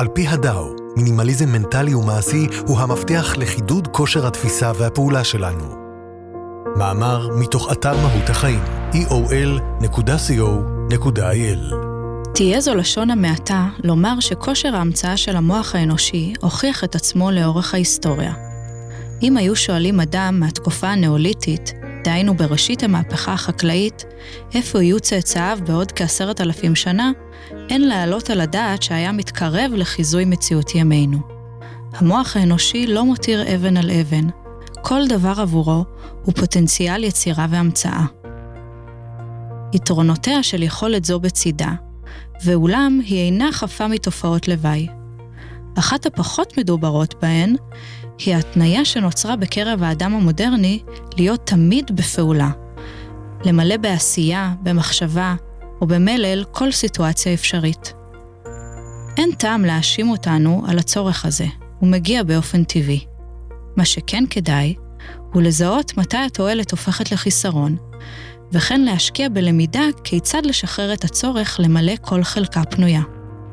על פי הדאו, מינימליזם מנטלי ומעשי הוא המפתח לחידוד כושר התפיסה והפעולה שלנו. מאמר מתוך אתר מהות החיים, eol.co.il. תהיה זו לשון המעטה לומר שכושר ההמצאה של המוח האנושי הוכיח את עצמו לאורך ההיסטוריה. אם היו שואלים אדם מהתקופה הנאוליתית, דהיינו בראשית המהפכה החקלאית, איפה יהיו צאצאיו בעוד כ10,000 שנה, אין להעלות על הדעת שהיה מתקרב לחיזוי מציאות ימינו. המוח האנושי לא מותיר אבן על אבן. כל דבר עבורו הוא פוטנציאל יצירה והמצאה. יתרונותיה של יכולת זו בצידה, ואולם היא אינה חפה מתופעות לוואי. אחת הפחות מדוברות בהן היא ההתניה שנוצרה בקרב האדם המודרני להיות תמיד בפעולה, למלא בעשייה, במחשבה או במלל כל סיטואציה אפשרית. אין טעם להאשים אותנו על הצורך הזה, הוא מגיע באופן טבעי. מה שכן כדאי הוא לזהות מתי התועלת הופכת לחיסרון, וכן להשקיע בלמידה כיצד לשחרר את הצורך למלא כל חלקה פנויה.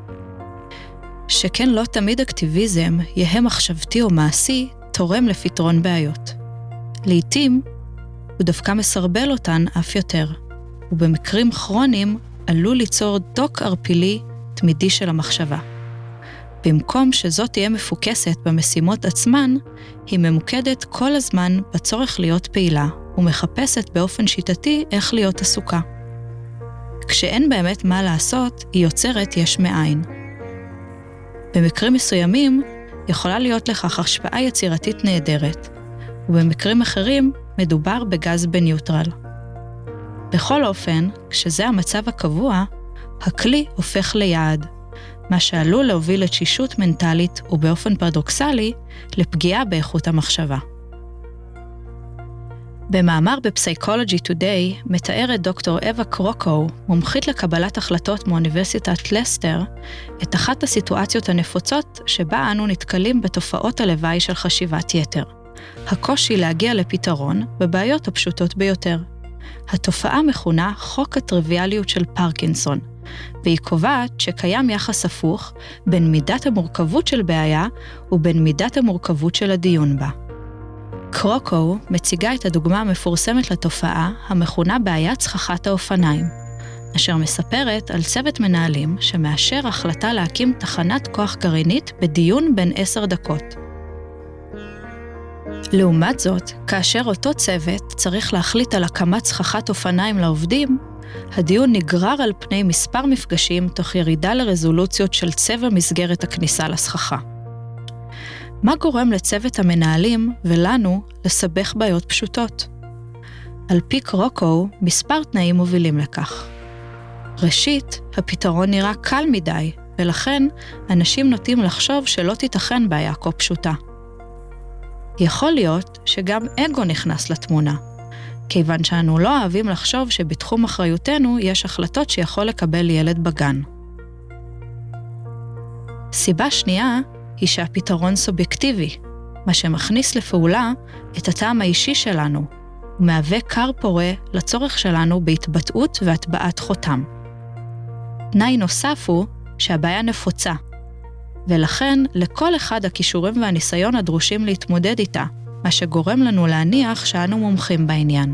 שכן לא תמיד אקטיביזם, יהיה מחשבתי או מעשי, תורם לפתרון בעיות. לעתים, הוא דווקא מסרבל אותן אף יותר, ובמקרים כרוניים עלול ליצור דוק ערפילי תמידי של המחשבה. במקום שזאת תהיה מפוקסת במשימות עצמן, היא ממוקדת כל הזמן בצורך להיות פעילה, ומחפשת באופן שיטתי איך להיות עסוקה. כשאין באמת מה לעשות, היא יוצרת יש מאין. במקרים מסוימים יכולה להיות לכך השפעה יצירתית נהדרת, ובמקרים אחרים מדובר בגז בניוטרל. בכל אופן, כשזה המצב הקבוע, הכלי הופך ליעד, מה שעלול להוביל לתשישות מנטלית ובאופן פרדוקסלי לפגיעה באיכות המחשבה. במאמר בפסיכולוגי טודיי מתארת דוקטור אווה קרוקו, מומחית לקבלת החלטות מאוניברסיטת לסטר, את אחת הסיטואציות הנפוצות שבה אנו נתקלים בתופעות הלוואי של חשיבת יתר. הקושי להגיע לפתרון בבעיות הפשוטות ביותר. התופעה מכונה חוק הטריוויאליות של פרקינסון, והיא קובעת שקיים יחס הפוך בין מידת המורכבות של בעיה ובין מידת המורכבות של הדיון בה. קרוקו מציגה את הדוגמה המפורסמת לתופעה המכונה בעיית סככת האופניים, אשר מספרת על צוות מנהלים שמאשר החלטה להקים תחנת כוח גרעינית בדיון בין 10 דקות. לעומת זאת, כאשר אותו צוות צריך להחליט על הקמת סככת אופניים לעובדים, הדיון נגרר על פני מספר מפגשים תוך ירידה לרזולוציות של צבע מסגרת הכניסה לסככה. מה גורם לצוות המנהלים ולנו לסבך בעיות פשוטות? על פי קרוקו, מספר תנאים מובילים לכך. ראשית, הפתרון נראה קל מדי, ולכן אנשים נוטים לחשוב שלא תיתכן בעיה כה פשוטה. יכול להיות שגם אגו נכנס לתמונה, כיוון שאנו לא אוהבים לחשוב שבתחום אחריותנו יש החלטות שיכול לקבל ילד בגן. סיבה שנייה היא שהפתרון סובייקטיבי, מה שמכניס לפעולה את הטעם האישי שלנו, ומהווה קר פורה לצורך שלנו בהתבטאות והטבעת חותם. תנאי נוסף הוא שהבעיה נפוצה, ולכן לכל אחד הכישורים והניסיון הדרושים להתמודד איתה, מה שגורם לנו להניח שאנו מומחים בעניין.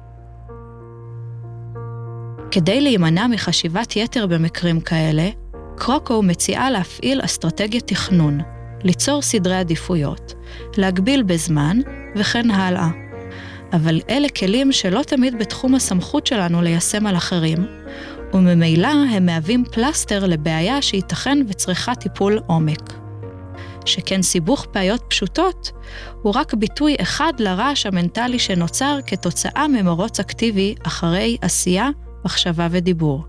כדי להימנע מחשיבת יתר במקרים כאלה, קרוקו מציעה להפעיל אסטרטגיית תכנון, ליצור סדרי עדיפויות, להגביל בזמן וכן הלאה. אבל אלה כלים שלא תמיד בתחום הסמכות שלנו ליישם על אחרים, וממילא הם מהווים פלסטר לבעיה שייתכן וצריכה טיפול עומק. שכן סיבוך בעיות פשוטות הוא רק ביטוי אחד לרעש המנטלי שנוצר כתוצאה ממרוץ אקטיבי אחרי עשייה, מחשבה ודיבור.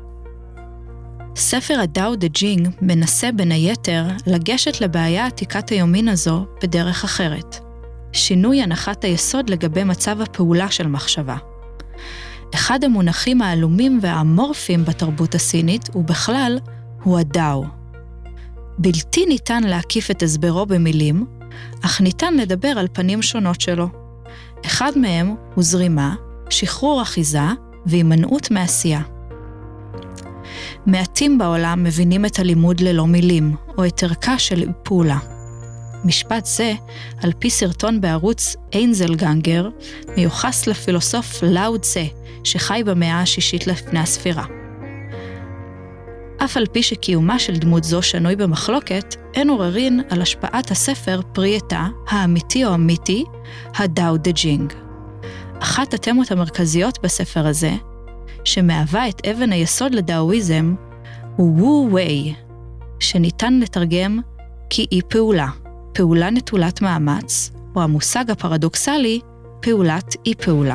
ספר הדאו דה ג'ינג מנסה בין היתר לגשת לבעיה עתיקת היומין הזו בדרך אחרת. שינוי הנחת היסוד לגבי מצב הפעולה של מחשבה. אחד המונחים העלומים והאמורפיים בתרבות הסינית ובכלל הוא הדאו. בלתי ניתן להקיף את הסברו במילים, אך ניתן לדבר על פנים שונות שלו. אחד מהם הוא זרימה, שחרור אחיזה והימנעות מעשייה. מעטים בעולם מבינים את הלימוד ללא מילים, או את ערכה של פעולה. משפט זה, על פי סרטון בערוץ איינזלגנגר, מיוחס לפילוסוף לאו צה, שחי במאה השישית לפני הספירה. אף על פי שקיומה של דמות זו שנוי במחלוקת, אין עוררין על השפעת הספר פרי עטה, האמיתי או המיתי, הדאו דה ג'ינג. אחת התמות המרכזיות בספר הזה, שמהווה את אבן היסוד לדאואיזם, הוא וו ווי, שניתן לתרגם כאי פעולה, פעולה נטולת מאמץ, או המושג הפרדוקסלי, פעולת אי פעולה.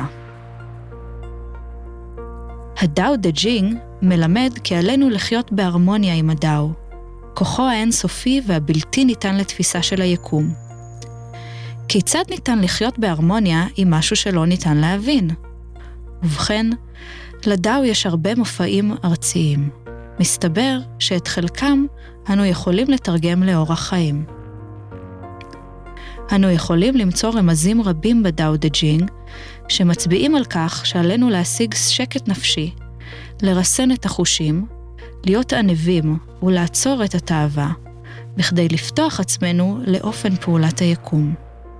הדאו דה ג'ינג מלמד כי עלינו לחיות בהרמוניה עם הדאו, כוחו האינסופי והבלתי ניתן לתפיסה של היקום. כיצד ניתן לחיות בהרמוניה עם משהו שלא ניתן להבין? ובכן, לדאו יש הרבה מופעים ארציים. מסתבר שאת חלקם אנו יכולים לתרגם לאורח חיים. אנו יכולים למצוא רמזים רבים בדאו דה ג'ינג, שמצביעים על כך שעלינו להשיג שקט נפשי, לרסן את החושים, להיות ענבים ולעצור את התאווה, בכדי לפתוח עצמנו לאופן פעולת היקום.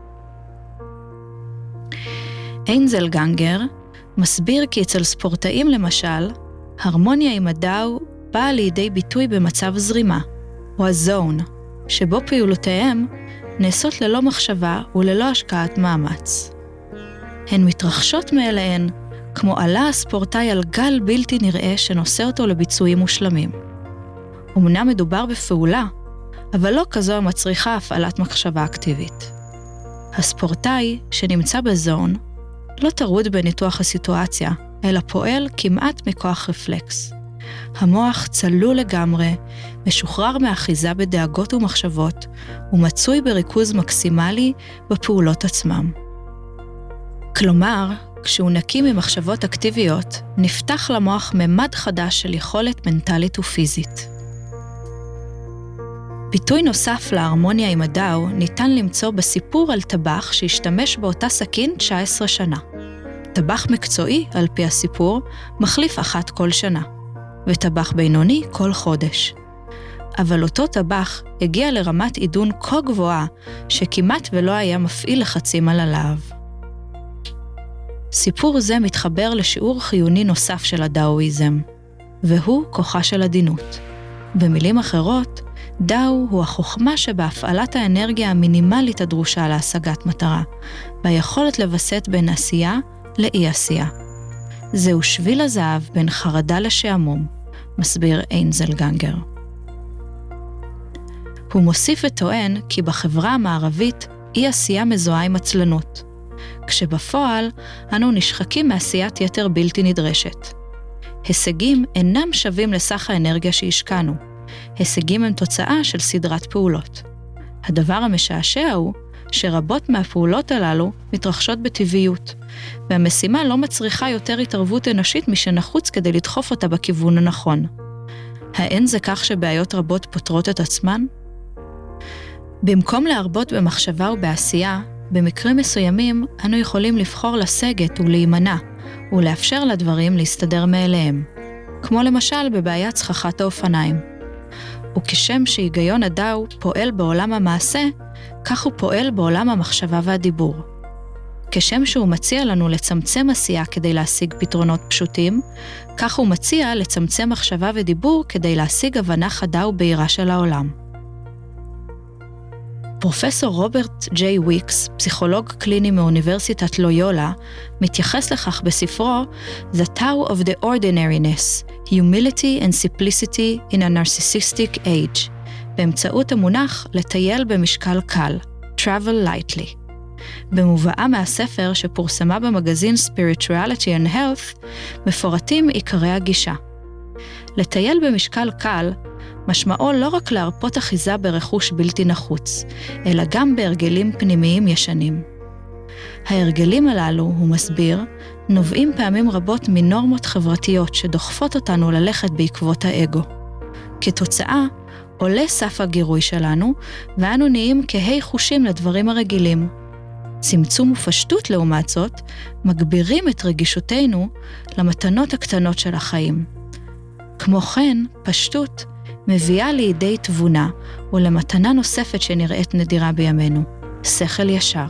איינזלגנגר מסביר כי אצל ספורטאים למשל, הרמוניה עם הדאו באה לידי ביטוי במצב זרימה, או הזון, שבו פעולותיהם נעשות ללא מחשבה וללא השקעת מאמץ. הן מתרחשות מאליהן, כמו עלה הספורטאי על גל בלתי נראה שנושא אותו לביצועים מושלמים. אמנם מדובר בפעולה, אבל לא כזו המצריכה הפעלת מחשבה אקטיבית. הספורטאי שנמצא בזון לא טרוד בניתוח הסיטואציה, אלא פועל כמעט מכוח רפלקס. המוח צלול לגמרי, משוחרר מאחיזה בדאגות ומחשבות, ומצוי בריכוז מקסימלי בפעולות עצמם. כלומר, כשהוא נקי ממחשבות אקטיביות, נפתח למוח ממד חדש של יכולת מנטלית ופיזית. ביטוי נוסף להרמוניה עם הדאו ניתן למצוא בסיפור על טבח שהשתמש באותה סכין 19 שנה. טבח מקצועי, על פי הסיפור, מחליף אחת כל שנה, וטבח בינוני כל חודש. אבל אותו טבח הגיע לרמת עידון כה גבוהה, שכמעט ולא היה מפעיל לחצים על הלהב. סיפור זה מתחבר לשיעור חיוני נוסף של הדאואיזם, והוא כוחה של עדינות. במילים אחרות, דאו הוא החוכמה שבהפעלת האנרגיה המינימלית הדרושה להשגת מטרה, והיכולת לבסט בין עשייה לאי עשייה. זהו שביל הזהב בין חרדה לשעמום, מסביר איינזלגנגר. הוא מוסיף וטוען כי בחברה המערבית אי עשייה מזוהה עם עצלנות, כשבפועל אנו נשחקים מעשיית יתר בלתי נדרשת. הישגים אינם שווים לסך האנרגיה שהשקענו. הישגים הם תוצאה של סדרת פעולות. הדבר המשעשע הוא שרבות מהפעולות הללו מתרחשות בטבעיות, והמשימה לא מצריכה יותר התערבות אנושית משנחוץ כדי לדחוף אותה בכיוון הנכון. האין זה כך שבעיות רבות פותרות את עצמן? במקום להרבות במחשבה ובעשייה, במקרים מסוימים אנו יכולים לבחור לסגת ולהימנע, ולאפשר לדברים להסתדר מאליהם, כמו למשל בבעיית סככת האופניים. וכשם שהיגיון הדאו פועל בעולם המעשה, כך הוא פועל בעולם המחשבה והדיבור. כשם שהוא מציע לנו לצמצם עשייה כדי להשיג פתרונות פשוטים, כך הוא מציע לצמצם מחשבה ודיבור כדי להשיג הבנה חדה ובהירה של העולם. פרופסור רוברט ג'יי וויקס, פסיכולוג קליני מאוניברסיטת לויולה, מתייחס לכך בספרו The Tao of the Ordinariness, Humility and Simplicity in a Narcissistic Age, באמצעות המונח לטייל במשקל קל, Travel Lightly. במובאה מהספר שפורסמה במגזין Spirituality and Health, מפורטים עיקרי הגישה. לטייל במשקל קל, משמעו לא רק להרפות אחיזה ברכוש בלתי נחוץ, אלא גם בהרגלים פנימיים ישנים. ההרגלים הללו, הוא מסביר, נובעים פעמים רבות מנורמות חברתיות שדוחפות אותנו ללכת בעקבות האגו. כתוצאה, עולה סף הגירוי שלנו, ואנו נהיים כהי חושים לדברים הרגילים. צמצום ופשטות לעומת זאת, מגבירים את רגישותנו למתנות הקטנות של החיים. כמו כן, פשטות מביאה לידי תבונה ולמתנה נוספת שנראית נדירה בימינו, שכל ישר.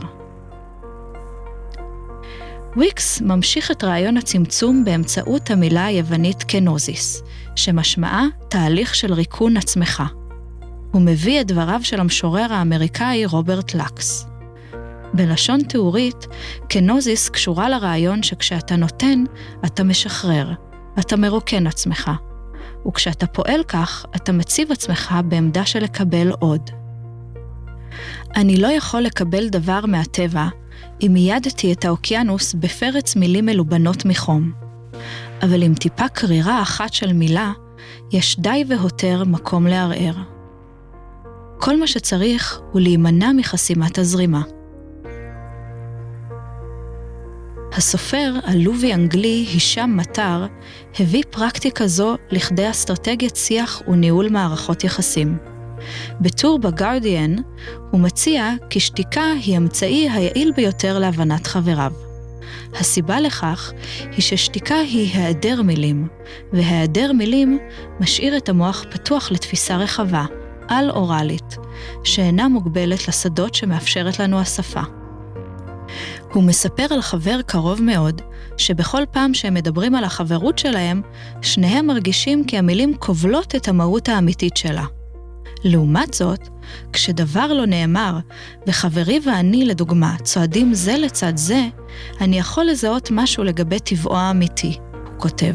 וויקס ממשיך את רעיון הצמצום באמצעות המילה היוונית קנוזיס, שמשמעה תהליך של ריקון עצמך. הוא מביא את דבריו של המשורר האמריקאי רוברט לקס. בלשון תיאורית, קנוזיס קשורה לרעיון שכשאתה נותן, אתה משחרר, אתה מרוקן עצמך. וכשאתה פועל כך, אתה מציב עצמך בעמדה של לקבל עוד. אני לא יכול לקבל דבר מהטבע, אם מיידתי את האוקיינוס בפרץ מילים מלובנות מחום. אבל עם טיפה קרירה אחת של מילה, יש די והותר מקום לערער. כל מה שצריך הוא להימנע מחסימת הזרימה. הסופר הלובי אנגלי הישם מטר הביא פרקטיקה זו לכדי אסטרטגיית שיח וניהול מערכות יחסים. בטור בגרדיאן הוא מציע כי שתיקה היא אמצעי היעיל ביותר להבנת חבריו. הסיבה לכך היא ששתיקה היא היעדר מילים, והיעדר מילים משאיר את המוח פתוח לתפיסה רחבה, על-אורלית, שאינה מוגבלת לשדות שמאפשרת לנו השפה. הוא מספר על חבר קרוב מאוד, שבכל פעם שהם מדברים על החברות שלהם, שניהם מרגישים כי המילים כובלות את המהות האמיתית שלה. לעומת זאת, כשדבר לא נאמר, וחברי ואני לדוגמה צועדים זה לצד זה, אני יכול לזהות משהו לגבי טבעו האמיתי, הוא כותב.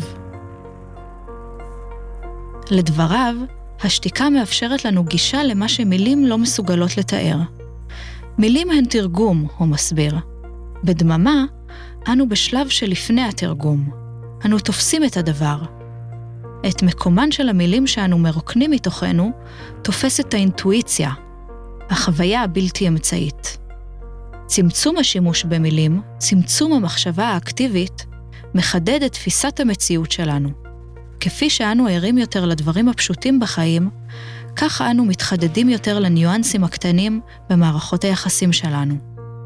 לדבריו, השתיקה מאפשרת לנו גישה למה שמילים לא מסוגלות לתאר. מילים הן תרגום, הוא מסביר. בדממה, אנו בשלב שלפני התרגום. אנו תופסים את הדבר. את מקומן של המילים שאנו מרוקנים מתוכנו, תופסת האינטואיציה, החוויה הבלתי אמצעית. צמצום השימוש במילים, צמצום המחשבה האקטיבית, מחדד את תפיסת המציאות שלנו. כפי שאנו ערים יותר לדברים הפשוטים בחיים, ככה אנו מתחדדים יותר לניואנסים הקטנים במערכות היחסים שלנו.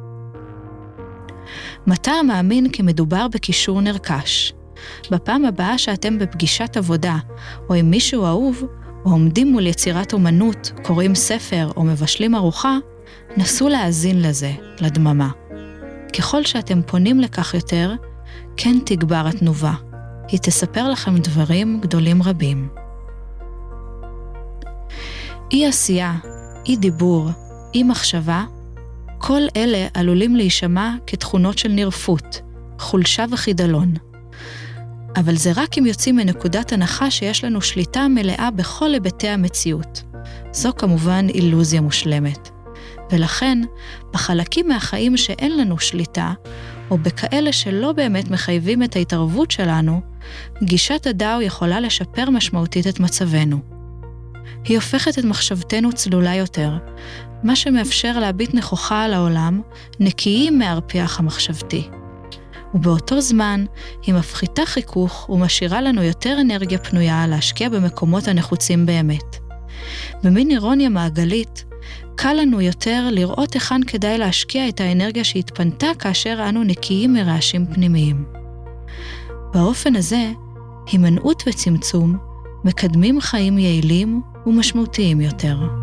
מטר מאמין כי מדובר בקישור נרכש. בפעם הבאה שאתם בפגישת עבודה, או עם מישהו אהוב, או עומדים מול יצירת אומנות, קוראים ספר או מבשלים ארוחה, נסו להאזין לזה, לדממה. ככל שאתם פונים לכך יותר, כן תגבר התנובה. היא תספר לכם דברים גדולים רבים. אי עשייה, אי דיבור, אי מחשבה, כל אלה עלולים להישמע כתכונות של נרפות, חולשה וחידלון. אבל זה רק אם יוצאים מנקודת הנחה שיש לנו שליטה מלאה בכל היבטי המציאות. זו כמובן אילוזיה מושלמת. ולכן, בחלקים מהחיים שאין לנו שליטה, או בכאלה שלא באמת מחייבים את ההתערבות שלנו, גישת הדאו יכולה לשפר משמעותית את מצבנו. היא הופכת את מחשבתנו צלולה יותר, מה שמאפשר להביט נכוחה על העולם, נקיים מהרפיח המחשבתי. ובאותו זמן היא מפחיתה חיכוך ומשאירה לנו יותר אנרגיה פנויה להשקיע במקומות הנחוצים באמת. במין אירוניה מעגלית, קל לנו יותר לראות היכן כדאי להשקיע את האנרגיה שהתפנתה כאשר אנו נקיים מרעשים פנימיים. באופן הזה, הימנעות וצמצום מקדמים חיים יעילים ומשמעותיים יותר.